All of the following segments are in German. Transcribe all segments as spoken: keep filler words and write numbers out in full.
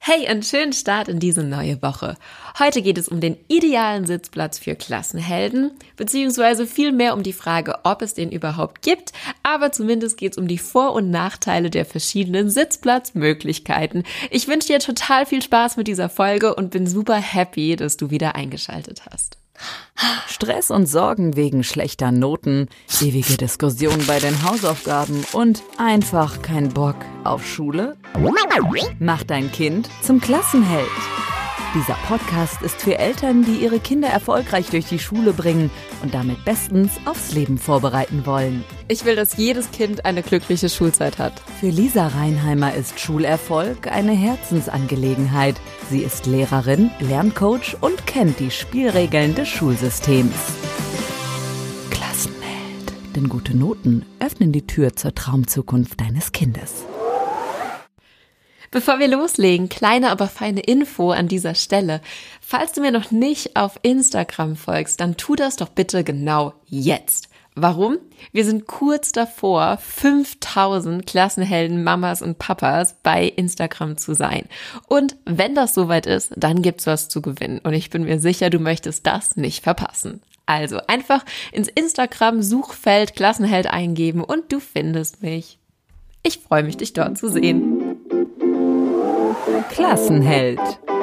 Hey, einen schönen Start in diese neue Woche. Heute geht es um den idealen Sitzplatz für Klassenhelden, beziehungsweise vielmehr um die Frage, ob es den überhaupt gibt, aber zumindest geht es um die Vor- und Nachteile der verschiedenen Sitzplatzmöglichkeiten. Ich wünsche dir total viel Spaß mit dieser Folge und bin super happy, dass du wieder eingeschaltet hast. Stress und Sorgen wegen schlechter Noten, ewige Diskussionen bei den Hausaufgaben und einfach kein Bock auf Schule? Mach dein Kind zum Klassenheld. Dieser Podcast ist für Eltern, die ihre Kinder erfolgreich durch die Schule bringen und damit bestens aufs Leben vorbereiten wollen. Ich will, dass jedes Kind eine glückliche Schulzeit hat. Für Lisa Reinheimer ist Schulerfolg eine Herzensangelegenheit. Sie ist Lehrerin, Lerncoach und kennt die Spielregeln des Schulsystems. Klassenheld. Denn gute Noten öffnen die Tür zur Traumzukunft deines Kindes. Bevor wir loslegen, kleine, aber feine Info an dieser Stelle. Falls du mir noch nicht auf Instagram folgst, dann tu das doch bitte genau jetzt. Warum? Wir sind kurz davor, fünftausend Klassenhelden, Mamas und Papas bei Instagram zu sein. Und wenn das soweit ist, dann gibt's was zu gewinnen. Und ich bin mir sicher, du möchtest das nicht verpassen. Also einfach ins Instagram-Suchfeld Klassenheld eingeben und du findest mich. Ich freue mich, dich dort zu sehen. Klassenheld.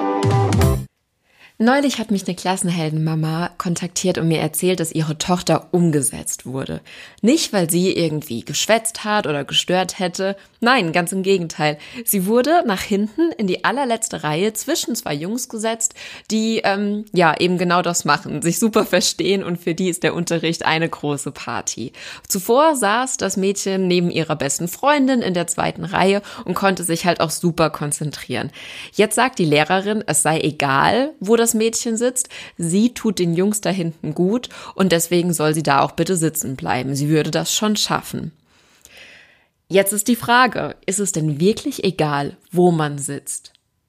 Neulich hat mich eine Klassenheldenmama kontaktiert und mir erzählt, dass ihre Tochter umgesetzt wurde. Nicht, weil sie irgendwie geschwätzt hat oder gestört hätte. Nein, ganz im Gegenteil. Sie wurde nach hinten in die allerletzte Reihe zwischen zwei Jungs gesetzt, die ähm, ja eben genau das machen, sich super verstehen und für die ist der Unterricht eine große Party. Zuvor saß das Mädchen neben ihrer besten Freundin in der zweiten Reihe und konnte sich halt auch super konzentrieren. Jetzt sagt die Lehrerin, es sei egal, wo das Mädchen sitzt. Sie tut den Jungs da hinten gut und deswegen soll sie da auch bitte sitzen bleiben. Sie würde das schon schaffen. Jetzt ist die Frage, ist es denn wirklich egal, wo man sitzt?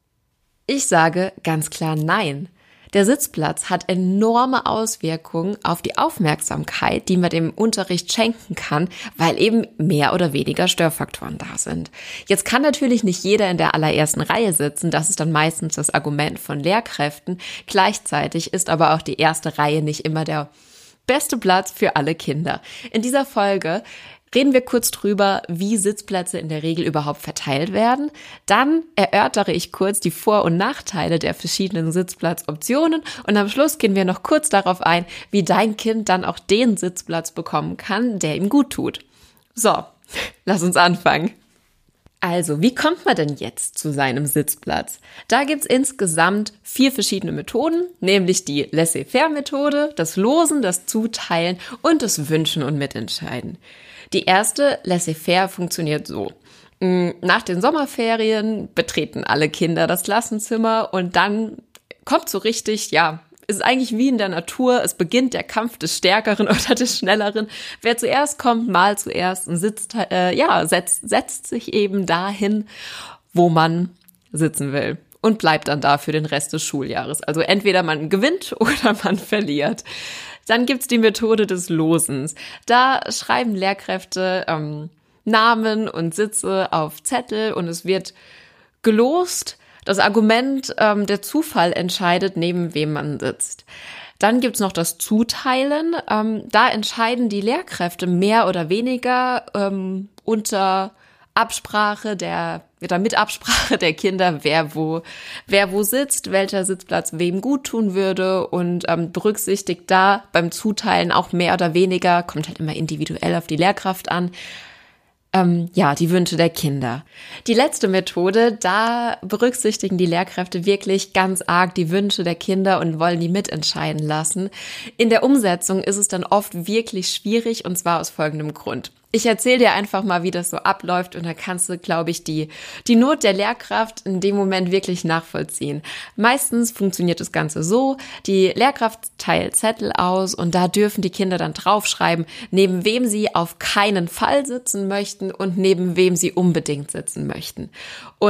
Ich sage ganz klar nein. Der Sitzplatz hat enorme Auswirkungen auf die Aufmerksamkeit, die man dem Unterricht schenken kann, weil eben mehr oder weniger Störfaktoren da sind. Jetzt kann natürlich nicht jeder in der allerersten Reihe sitzen, das ist dann meistens das Argument von Lehrkräften. Gleichzeitig ist aber auch die erste Reihe nicht immer der beste Platz für alle Kinder. In dieser Folge reden wir kurz drüber, wie Sitzplätze in der Regel überhaupt verteilt werden. Dann erörtere ich kurz die Vor- und Nachteile der verschiedenen Sitzplatzoptionen und am Schluss gehen wir noch kurz darauf ein, wie dein Kind dann auch den Sitzplatz bekommen kann, der ihm gut tut. So, lass uns anfangen. Also, wie kommt man denn jetzt zu seinem Sitzplatz? Da gibt's insgesamt vier verschiedene Methoden, nämlich die Laissez-faire-Methode, das Losen, das Zuteilen und das Wünschen und Mitentscheiden. Die erste, Laissez-faire, funktioniert so. Nach den Sommerferien betreten alle Kinder das Klassenzimmer und dann kommt so richtig, ja, es ist eigentlich wie in der Natur, es beginnt der Kampf des Stärkeren oder des Schnelleren. Wer zuerst kommt, mal zuerst und sitzt, äh, ja, setzt, setzt sich eben dahin, wo man sitzen will und bleibt dann da für den Rest des Schuljahres. Also entweder man gewinnt oder man verliert. Dann gibt's die Methode des Losens. Da schreiben Lehrkräfte ähm, Namen und Sitze auf Zettel und es wird gelost. Das Argument, ähm, der Zufall entscheidet, neben wem man sitzt. Dann gibt's noch das Zuteilen. Ähm, da entscheiden die Lehrkräfte mehr oder weniger ähm, unter Absprache der, oder mit Absprache der Kinder, wer wo, wer wo sitzt, welcher Sitzplatz wem gut tun würde und ähm, berücksichtigt da beim Zuteilen auch mehr oder weniger, kommt halt immer individuell auf die Lehrkraft an, ähm, ja, die Wünsche der Kinder. Die letzte Methode, da berücksichtigen die Lehrkräfte wirklich ganz arg die Wünsche der Kinder und wollen die mitentscheiden lassen. In der Umsetzung ist es dann oft wirklich schwierig und zwar aus folgendem Grund. Ich erzähle dir einfach mal, wie das so abläuft und da kannst du, glaube ich, die, die Not der Lehrkraft in dem Moment wirklich nachvollziehen. Meistens funktioniert das Ganze so, die Lehrkraft teilt Zettel aus und da dürfen die Kinder dann draufschreiben, neben wem sie auf keinen Fall sitzen möchten und neben wem sie unbedingt sitzen möchten. Und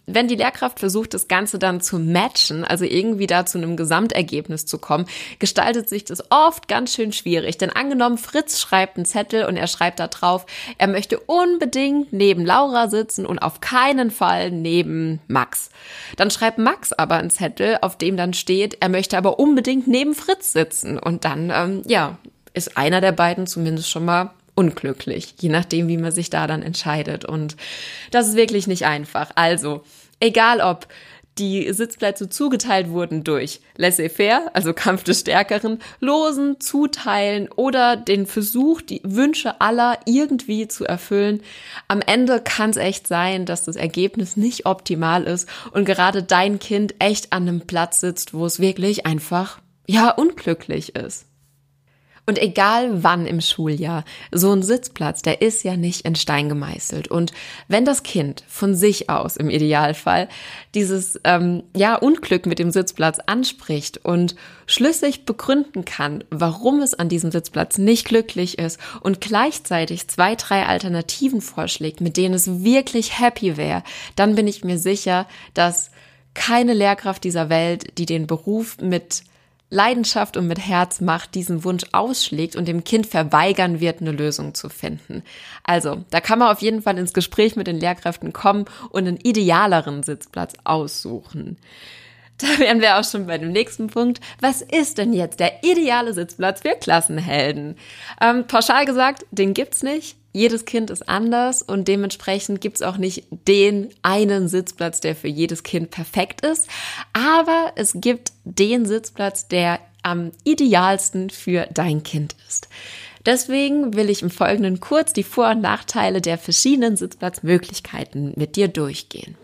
wenn die Lehrkraft versucht, das Ganze dann zu matchen, also irgendwie da zu einem Gesamtergebnis zu kommen, gestaltet sich das oft ganz schön schwierig. Denn angenommen, Fritz schreibt einen Zettel und er schreibt da drauf, er möchte unbedingt neben Laura sitzen und auf keinen Fall neben Max. Dann schreibt Max aber einen Zettel, auf dem dann steht, er möchte aber unbedingt neben Fritz sitzen. Und dann, ähm, ja, ist einer der beiden zumindest schon mal unglücklich, je nachdem, wie man sich da dann entscheidet. Und das ist wirklich nicht einfach. Also, egal ob die Sitzplätze zugeteilt wurden durch Laissez-faire, also Kampf des Stärkeren, Losen, Zuteilen oder den Versuch, die Wünsche aller irgendwie zu erfüllen. Am Ende kann es echt sein, dass das Ergebnis nicht optimal ist und gerade dein Kind echt an einem Platz sitzt, wo es wirklich einfach, ja, unglücklich ist. Und egal wann im Schuljahr, so ein Sitzplatz, der ist ja nicht in Stein gemeißelt. Und wenn das Kind von sich aus im Idealfall dieses ähm, ja Unglück mit dem Sitzplatz anspricht und schlüssig begründen kann, warum es an diesem Sitzplatz nicht glücklich ist und gleichzeitig zwei, drei Alternativen vorschlägt, mit denen es wirklich happy wäre, dann bin ich mir sicher, dass keine Lehrkraft dieser Welt, die den Beruf mit Leidenschaft und mit Herz macht, diesen Wunsch ausschlägt und dem Kind verweigern wird, eine Lösung zu finden. Also, da kann man auf jeden Fall ins Gespräch mit den Lehrkräften kommen und einen idealeren Sitzplatz aussuchen. Da wären wir auch schon bei dem nächsten Punkt. Was ist denn jetzt der ideale Sitzplatz für Klassenhelden? Ähm, pauschal gesagt, den gibt's nicht. Jedes Kind ist anders und dementsprechend gibt's auch nicht den einen Sitzplatz, der für jedes Kind perfekt ist. Aber es gibt den Sitzplatz, der am idealsten für dein Kind ist. Deswegen will ich im Folgenden kurz die Vor- und Nachteile der verschiedenen Sitzplatzmöglichkeiten mit dir durchgehen.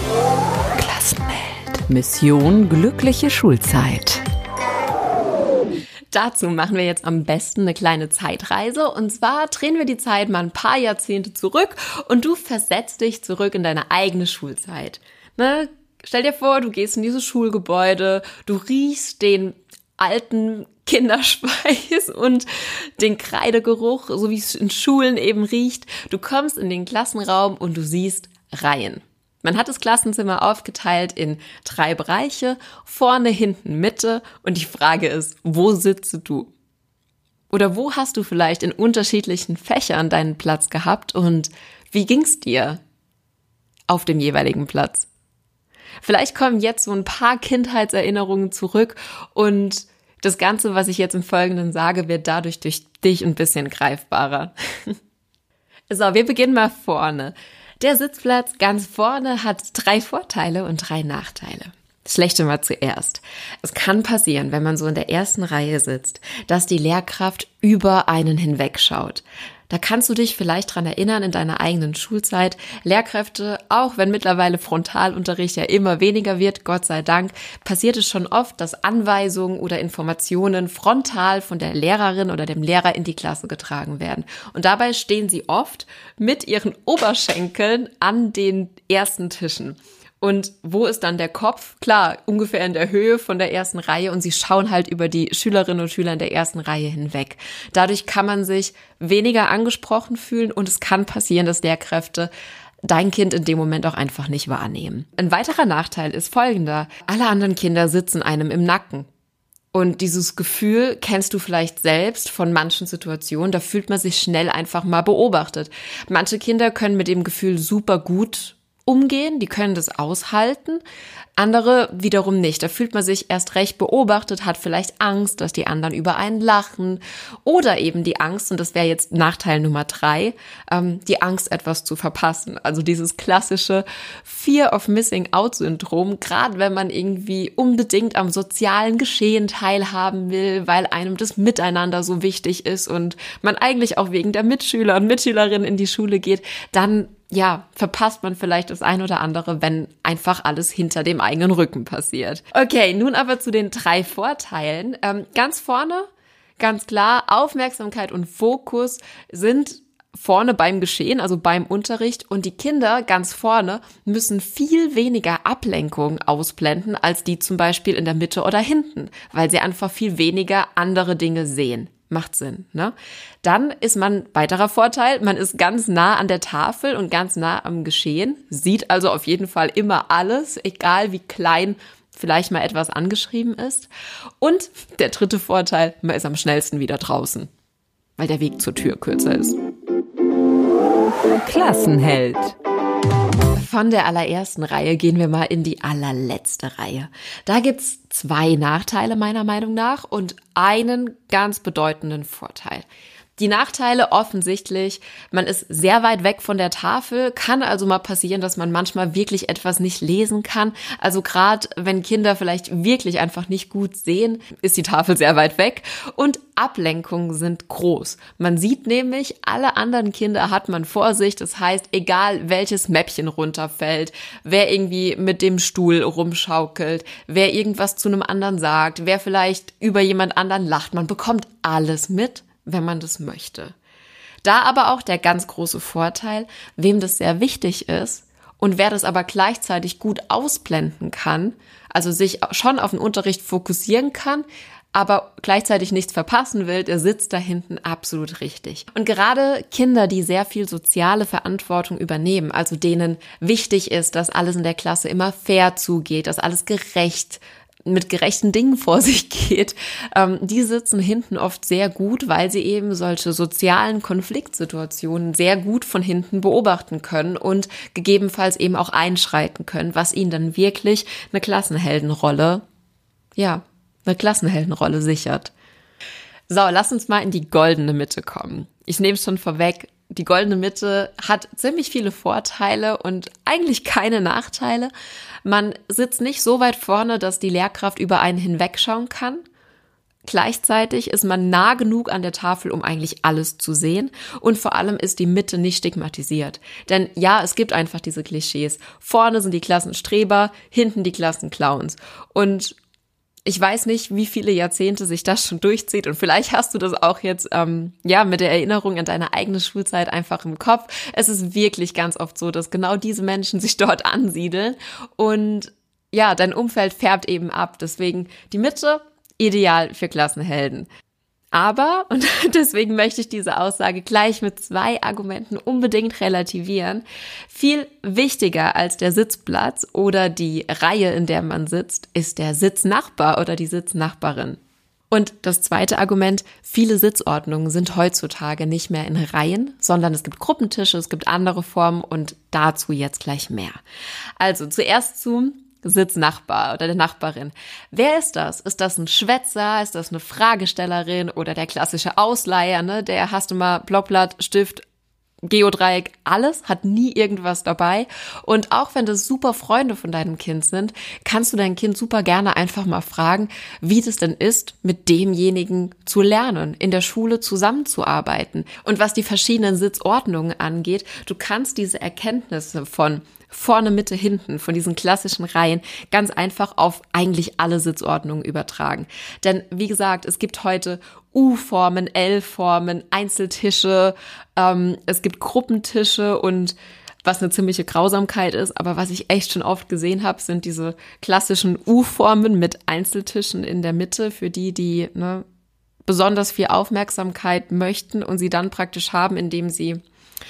Klassenheld. Mission glückliche Schulzeit. Dazu machen wir jetzt am besten eine kleine Zeitreise und zwar drehen wir die Zeit mal ein paar Jahrzehnte zurück und du versetzt dich zurück in deine eigene Schulzeit. Ne? Stell dir vor, du gehst in dieses Schulgebäude, du riechst den alten Kinderschweiß und den Kreidegeruch, so wie es in Schulen eben riecht. Du kommst in den Klassenraum und du siehst Reihen. Man hat das Klassenzimmer aufgeteilt in drei Bereiche, vorne, hinten, Mitte und die Frage ist, wo sitzt du? Oder wo hast du vielleicht in unterschiedlichen Fächern deinen Platz gehabt und wie ging's dir auf dem jeweiligen Platz? Vielleicht kommen jetzt so ein paar Kindheitserinnerungen zurück und das Ganze, was ich jetzt im Folgenden sage, wird dadurch durch dich ein bisschen greifbarer. So, wir beginnen mal vorne. Der Sitzplatz ganz vorne hat drei Vorteile und drei Nachteile. Das Schlechte mal zuerst. Es kann passieren, wenn man so in der ersten Reihe sitzt, dass die Lehrkraft über einen hinwegschaut. Da kannst du dich vielleicht dran erinnern in deiner eigenen Schulzeit. Lehrkräfte, auch wenn mittlerweile Frontalunterricht ja immer weniger wird, Gott sei Dank, passiert es schon oft, dass Anweisungen oder Informationen frontal von der Lehrerin oder dem Lehrer in die Klasse getragen werden. Und dabei stehen sie oft mit ihren Oberschenkeln an den ersten Tischen. Und wo ist dann der Kopf? Klar, ungefähr in der Höhe von der ersten Reihe und sie schauen halt über die Schülerinnen und Schüler in der ersten Reihe hinweg. Dadurch kann man sich weniger angesprochen fühlen und es kann passieren, dass Lehrkräfte dein Kind in dem Moment auch einfach nicht wahrnehmen. Ein weiterer Nachteil ist folgender. Alle anderen Kinder sitzen einem im Nacken. Und dieses Gefühl kennst du vielleicht selbst von manchen Situationen, da fühlt man sich schnell einfach mal beobachtet. Manche Kinder können mit dem Gefühl super gut umgehen, die können das aushalten, andere wiederum nicht. Da fühlt man sich erst recht beobachtet, hat vielleicht Angst, dass die anderen über einen lachen oder eben die Angst, und das wäre jetzt Nachteil Nummer drei, ähm, die Angst, etwas zu verpassen. Also dieses klassische Fear of Missing Out Syndrom, gerade wenn man irgendwie unbedingt am sozialen Geschehen teilhaben will, weil einem das Miteinander so wichtig ist und man eigentlich auch wegen der Mitschüler und Mitschülerinnen in die Schule geht, dann ja, verpasst man vielleicht das ein oder andere, wenn einfach alles hinter dem eigenen Rücken passiert. Okay, nun aber zu den drei Vorteilen. Ähm, ganz vorne, ganz klar, Aufmerksamkeit und Fokus sind vorne beim Geschehen, also beim Unterricht, und die Kinder ganz vorne müssen viel weniger Ablenkung ausblenden als die zum Beispiel in der Mitte oder hinten, weil sie einfach viel weniger andere Dinge sehen. Macht Sinn, ne? Dann ist man, weiterer Vorteil, man ist ganz nah an der Tafel und ganz nah am Geschehen, sieht also auf jeden Fall immer alles, egal wie klein vielleicht mal etwas angeschrieben ist. Und der dritte Vorteil, man ist am schnellsten wieder draußen, weil der Weg zur Tür kürzer ist. Klassenheld. Von der allerersten Reihe gehen wir mal in die allerletzte Reihe. Da gibt's zwei Nachteile meiner Meinung nach und einen ganz bedeutenden Vorteil. Die Nachteile offensichtlich, man ist sehr weit weg von der Tafel, kann also mal passieren, dass man manchmal wirklich etwas nicht lesen kann. Also gerade wenn Kinder vielleicht wirklich einfach nicht gut sehen, ist die Tafel sehr weit weg und Ablenkungen sind groß. Man sieht nämlich, alle anderen Kinder hat man vor sich, das heißt, egal welches Mäppchen runterfällt, wer irgendwie mit dem Stuhl rumschaukelt, wer irgendwas zu einem anderen sagt, wer vielleicht über jemand anderen lacht, man bekommt alles mit, wenn man das möchte. Da aber auch der ganz große Vorteil, wem das sehr wichtig ist und wer das aber gleichzeitig gut ausblenden kann, also sich schon auf den Unterricht fokussieren kann, aber gleichzeitig nichts verpassen will, der sitzt da hinten absolut richtig. Und gerade Kinder, die sehr viel soziale Verantwortung übernehmen, also denen wichtig ist, dass alles in der Klasse immer fair zugeht, dass alles gerecht mit gerechten Dingen vor sich geht, ähm, die sitzen hinten oft sehr gut, weil sie eben solche sozialen Konfliktsituationen sehr gut von hinten beobachten können und gegebenenfalls eben auch einschreiten können, was ihnen dann wirklich eine Klassenheldenrolle, ja, eine Klassenheldenrolle sichert. So, lass uns mal in die goldene Mitte kommen. Ich nehme es schon vorweg, die goldene Mitte hat ziemlich viele Vorteile und eigentlich keine Nachteile. Man sitzt nicht so weit vorne, dass die Lehrkraft über einen hinwegschauen kann. Gleichzeitig ist man nah genug an der Tafel, um eigentlich alles zu sehen. Und vor allem ist die Mitte nicht stigmatisiert. Denn ja, es gibt einfach diese Klischees. Vorne sind die Klassenstreber, hinten die Klassenclowns. Und ich weiß nicht, wie viele Jahrzehnte sich das schon durchzieht und vielleicht hast du das auch jetzt ähm, ja mit der Erinnerung an deine eigene Schulzeit einfach im Kopf. Es ist wirklich ganz oft so, dass genau diese Menschen sich dort ansiedeln und ja, dein Umfeld färbt eben ab. Deswegen die Mitte, ideal für Klassenhelden. Aber, und deswegen möchte ich diese Aussage gleich mit zwei Argumenten unbedingt relativieren, viel wichtiger als der Sitzplatz oder die Reihe, in der man sitzt, ist der Sitznachbar oder die Sitznachbarin. Und das zweite Argument, viele Sitzordnungen sind heutzutage nicht mehr in Reihen, sondern es gibt Gruppentische, es gibt andere Formen und dazu jetzt gleich mehr. Also zuerst zu Sitznachbar oder der Nachbarin. Wer ist das? Ist das ein Schwätzer? Ist das eine Fragestellerin oder der klassische Ausleiher, ne? Der hast du mal Blockblatt, Stift, Geodreieck, alles, hat nie irgendwas dabei. Und auch wenn das super Freunde von deinem Kind sind, kannst du dein Kind super gerne einfach mal fragen, wie das denn ist, mit demjenigen zu lernen, in der Schule zusammenzuarbeiten. Und was die verschiedenen Sitzordnungen angeht, du kannst diese Erkenntnisse von vorne, Mitte, hinten, von diesen klassischen Reihen ganz einfach auf eigentlich alle Sitzordnungen übertragen. Denn wie gesagt, es gibt heute U-Formen, L-Formen, Einzeltische, ähm, es gibt Gruppentische und was eine ziemliche Grausamkeit ist, aber was ich echt schon oft gesehen habe, sind diese klassischen U-Formen mit Einzeltischen in der Mitte für die, die ne, besonders viel Aufmerksamkeit möchten und sie dann praktisch haben, indem sie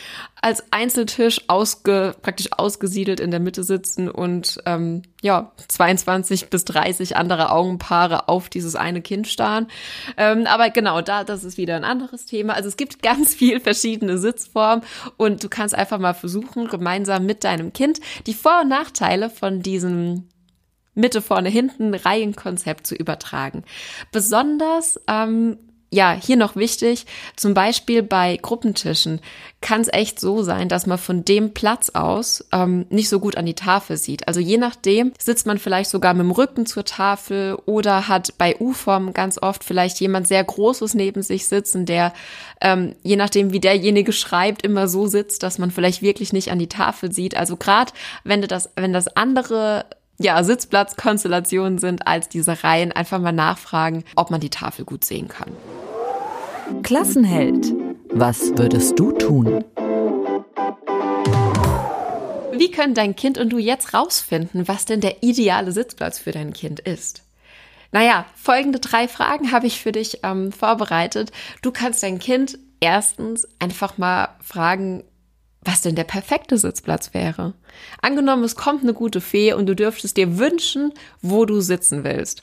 als Einzeltisch ausge, praktisch ausgesiedelt in der Mitte sitzen und ähm, ja zweiundzwanzig bis dreißig andere Augenpaare auf dieses eine Kind starren. Ähm, aber genau, da das ist wieder ein anderes Thema. Also es gibt ganz viel verschiedene Sitzformen und du kannst einfach mal versuchen, gemeinsam mit deinem Kind die Vor- und Nachteile von diesem Mitte, vorne, hinten Reihenkonzept zu übertragen. Besonders ähm, Ja, hier noch wichtig, zum Beispiel bei Gruppentischen kann es echt so sein, dass man von dem Platz aus ähm, nicht so gut an die Tafel sieht. Also je nachdem sitzt man vielleicht sogar mit dem Rücken zur Tafel oder hat bei U-Formen ganz oft vielleicht jemand sehr Großes neben sich sitzen, der ähm, je nachdem, wie derjenige schreibt, immer so sitzt, dass man vielleicht wirklich nicht an die Tafel sieht. Also gerade wenn du das, wenn das andere ja, Sitzplatzkonstellationen sind als diese Reihen, einfach mal nachfragen, ob man die Tafel gut sehen kann. Klassenheld. Was würdest du tun? Wie können dein Kind und du jetzt rausfinden, was denn der ideale Sitzplatz für dein Kind ist? Naja, folgende drei Fragen habe ich für dich ähm, vorbereitet. Du kannst dein Kind erstens einfach mal fragen, was denn der perfekte Sitzplatz wäre. Angenommen, es kommt eine gute Fee und du dürftest dir wünschen, wo du sitzen willst.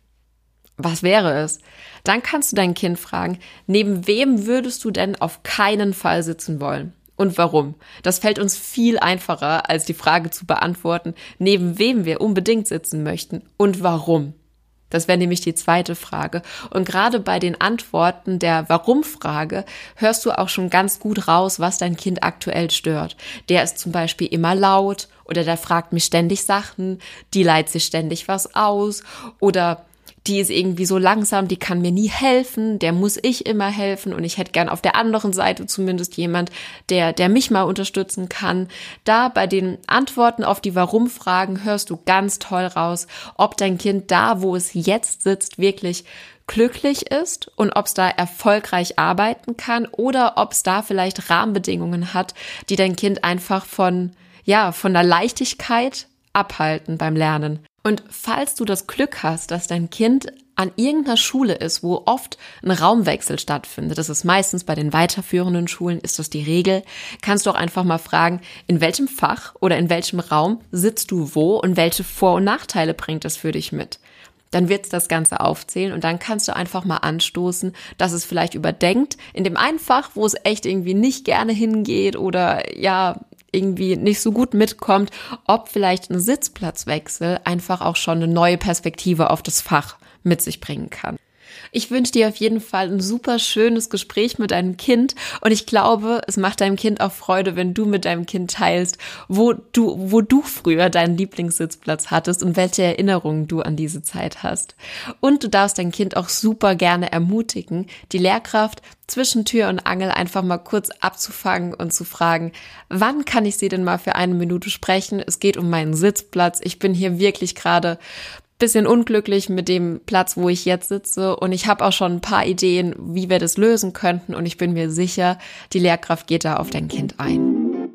Was wäre es? Dann kannst du dein Kind fragen, neben wem würdest du denn auf keinen Fall sitzen wollen? Und warum? Das fällt uns viel einfacher, als die Frage zu beantworten, neben wem wir unbedingt sitzen möchten und warum. Das wäre nämlich die zweite Frage. Und gerade bei den Antworten der Warum-Frage hörst du auch schon ganz gut raus, was dein Kind aktuell stört. Der ist zum Beispiel immer laut oder der fragt mich ständig Sachen, die leiht sich ständig was aus oder die ist irgendwie so langsam, die kann mir nie helfen, der muss ich immer helfen und ich hätte gern auf der anderen Seite zumindest jemand, der, der mich mal unterstützen kann. Da bei den Antworten auf die Warum-Fragen hörst du ganz toll raus, ob dein Kind da, wo es jetzt sitzt, wirklich glücklich ist und ob es da erfolgreich arbeiten kann oder ob es da vielleicht Rahmenbedingungen hat, die dein Kind einfach von, ja, von der Leichtigkeit abhalten beim Lernen. Und falls du das Glück hast, dass dein Kind an irgendeiner Schule ist, wo oft ein Raumwechsel stattfindet, das ist meistens bei den weiterführenden Schulen, ist das die Regel, kannst du auch einfach mal fragen, in welchem Fach oder in welchem Raum sitzt du wo und welche Vor- und Nachteile bringt das für dich mit? Dann wird es das Ganze aufzählen und dann kannst du einfach mal anstoßen, dass es vielleicht überdenkt, in dem einen Fach, wo es echt irgendwie nicht gerne hingeht oder ja, irgendwie nicht so gut mitkommt, ob vielleicht ein Sitzplatzwechsel einfach auch schon eine neue Perspektive auf das Fach mit sich bringen kann. Ich wünsche dir auf jeden Fall ein super schönes Gespräch mit deinem Kind und ich glaube, es macht deinem Kind auch Freude, wenn du mit deinem Kind teilst, wo du, wo du früher deinen Lieblingssitzplatz hattest und welche Erinnerungen du an diese Zeit hast. Und du darfst dein Kind auch super gerne ermutigen, die Lehrkraft zwischen Tür und Angel einfach mal kurz abzufangen und zu fragen, wann kann ich sie denn mal für eine Minute sprechen? Es geht um meinen Sitzplatz. Ich bin hier wirklich gerade bisschen unglücklich mit dem Platz, wo ich jetzt sitze und ich habe auch schon ein paar Ideen, wie wir das lösen könnten und ich bin mir sicher, die Lehrkraft geht da auf dein Kind ein.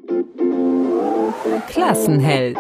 Klassenheld.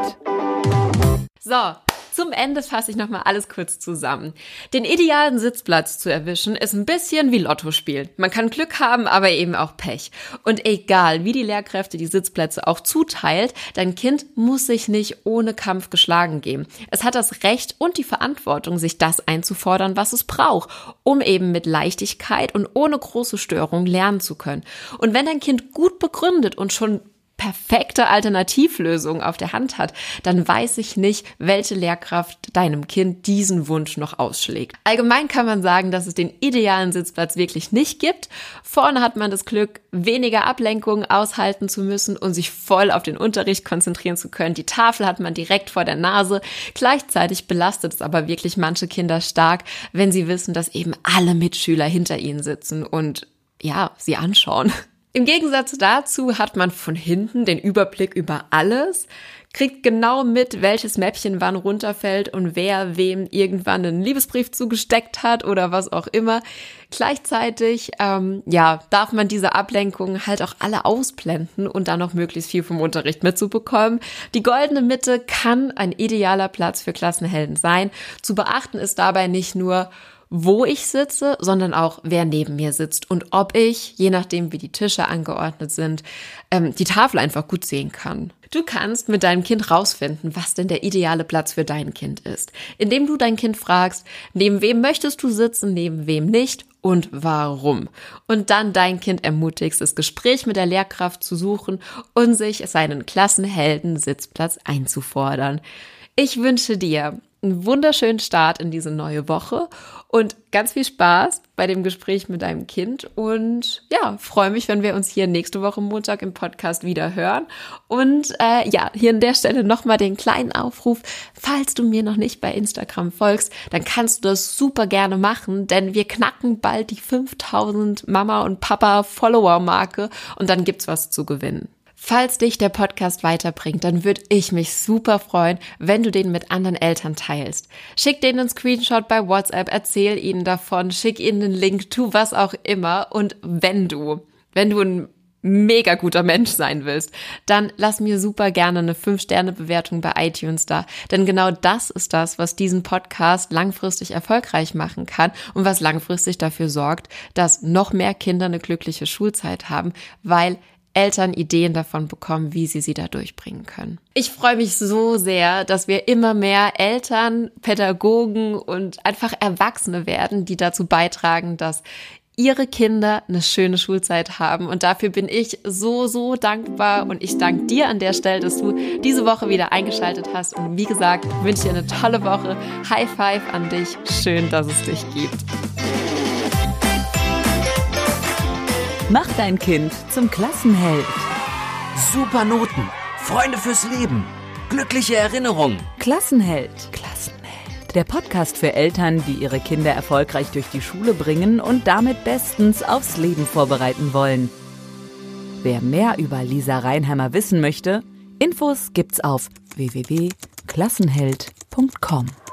So, zum Ende fasse ich nochmal alles kurz zusammen. Den idealen Sitzplatz zu erwischen, ist ein bisschen wie Lotto spielen. Man kann Glück haben, aber eben auch Pech. Und egal, wie die Lehrkräfte die Sitzplätze auch zuteilt, dein Kind muss sich nicht ohne Kampf geschlagen geben. Es hat das Recht und die Verantwortung, sich das einzufordern, was es braucht, um eben mit Leichtigkeit und ohne große Störung lernen zu können. Und wenn dein Kind gut begründet und schon perfekte Alternativlösung auf der Hand hat, dann weiß ich nicht, welche Lehrkraft deinem Kind diesen Wunsch noch ausschlägt. Allgemein kann man sagen, dass es den idealen Sitzplatz wirklich nicht gibt. Vorne hat man das Glück, weniger Ablenkungen aushalten zu müssen und sich voll auf den Unterricht konzentrieren zu können. Die Tafel hat man direkt vor der Nase. Gleichzeitig belastet es aber wirklich manche Kinder stark, wenn sie wissen, dass eben alle Mitschüler hinter ihnen sitzen und ja, sie anschauen. Im Gegensatz dazu hat man von hinten den Überblick über alles, kriegt genau mit, welches Mäppchen wann runterfällt und wer wem irgendwann einen Liebesbrief zugesteckt hat oder was auch immer. Gleichzeitig, ähm, ja, darf man diese Ablenkungen halt auch alle ausblenden und dann noch möglichst viel vom Unterricht mitzubekommen. Die goldene Mitte kann ein idealer Platz für Klassenhelden sein. Zu beachten ist dabei nicht nur, wo ich sitze, sondern auch, wer neben mir sitzt und ob ich, je nachdem wie die Tische angeordnet sind, ähm, die Tafel einfach gut sehen kann. Du kannst mit deinem Kind rausfinden, was denn der ideale Platz für dein Kind ist, indem du dein Kind fragst, neben wem möchtest du sitzen, neben wem nicht und warum. Und dann dein Kind ermutigst, das Gespräch mit der Lehrkraft zu suchen und sich seinen Klassenhelden Sitzplatz einzufordern. Ich wünsche dir einen wunderschönen Start in diese neue Woche und ganz viel Spaß bei dem Gespräch mit deinem Kind und ja, freue mich, wenn wir uns hier nächste Woche Montag im Podcast wieder hören und äh, ja, hier an der Stelle nochmal den kleinen Aufruf, falls du mir noch nicht bei Instagram folgst, dann kannst du das super gerne machen, denn wir knacken bald die fünftausend Mama- und Papa-Follower-Marke und dann gibt's was zu gewinnen. Falls dich der Podcast weiterbringt, dann würde ich mich super freuen, wenn du den mit anderen Eltern teilst. Schick denen einen Screenshot bei WhatsApp, erzähl ihnen davon, schick ihnen einen Link, tu was auch immer. Und wenn du, wenn du ein mega guter Mensch sein willst, dann lass mir super gerne eine fünf Sterne Bewertung bei iTunes da. Denn genau das ist das, was diesen Podcast langfristig erfolgreich machen kann und was langfristig dafür sorgt, dass noch mehr Kinder eine glückliche Schulzeit haben, weil Eltern Ideen davon bekommen, wie sie sie da durchbringen können. Ich freue mich so sehr, dass wir immer mehr Eltern, Pädagogen und einfach Erwachsene werden, die dazu beitragen, dass ihre Kinder eine schöne Schulzeit haben. Und dafür bin ich so, so dankbar. Und ich danke dir an der Stelle, dass du diese Woche wieder eingeschaltet hast. Und wie gesagt, wünsche dir eine tolle Woche. High Five an dich. Schön, dass es dich gibt. Mach dein Kind zum Klassenheld. Super Noten, Freunde fürs Leben, glückliche Erinnerungen. Klassenheld. Klassenheld. Der Podcast für Eltern, die ihre Kinder erfolgreich durch die Schule bringen und damit bestens aufs Leben vorbereiten wollen. Wer mehr über Lisa Reinheimer wissen möchte, Infos gibt's auf w w w punkt klassenheld punkt com.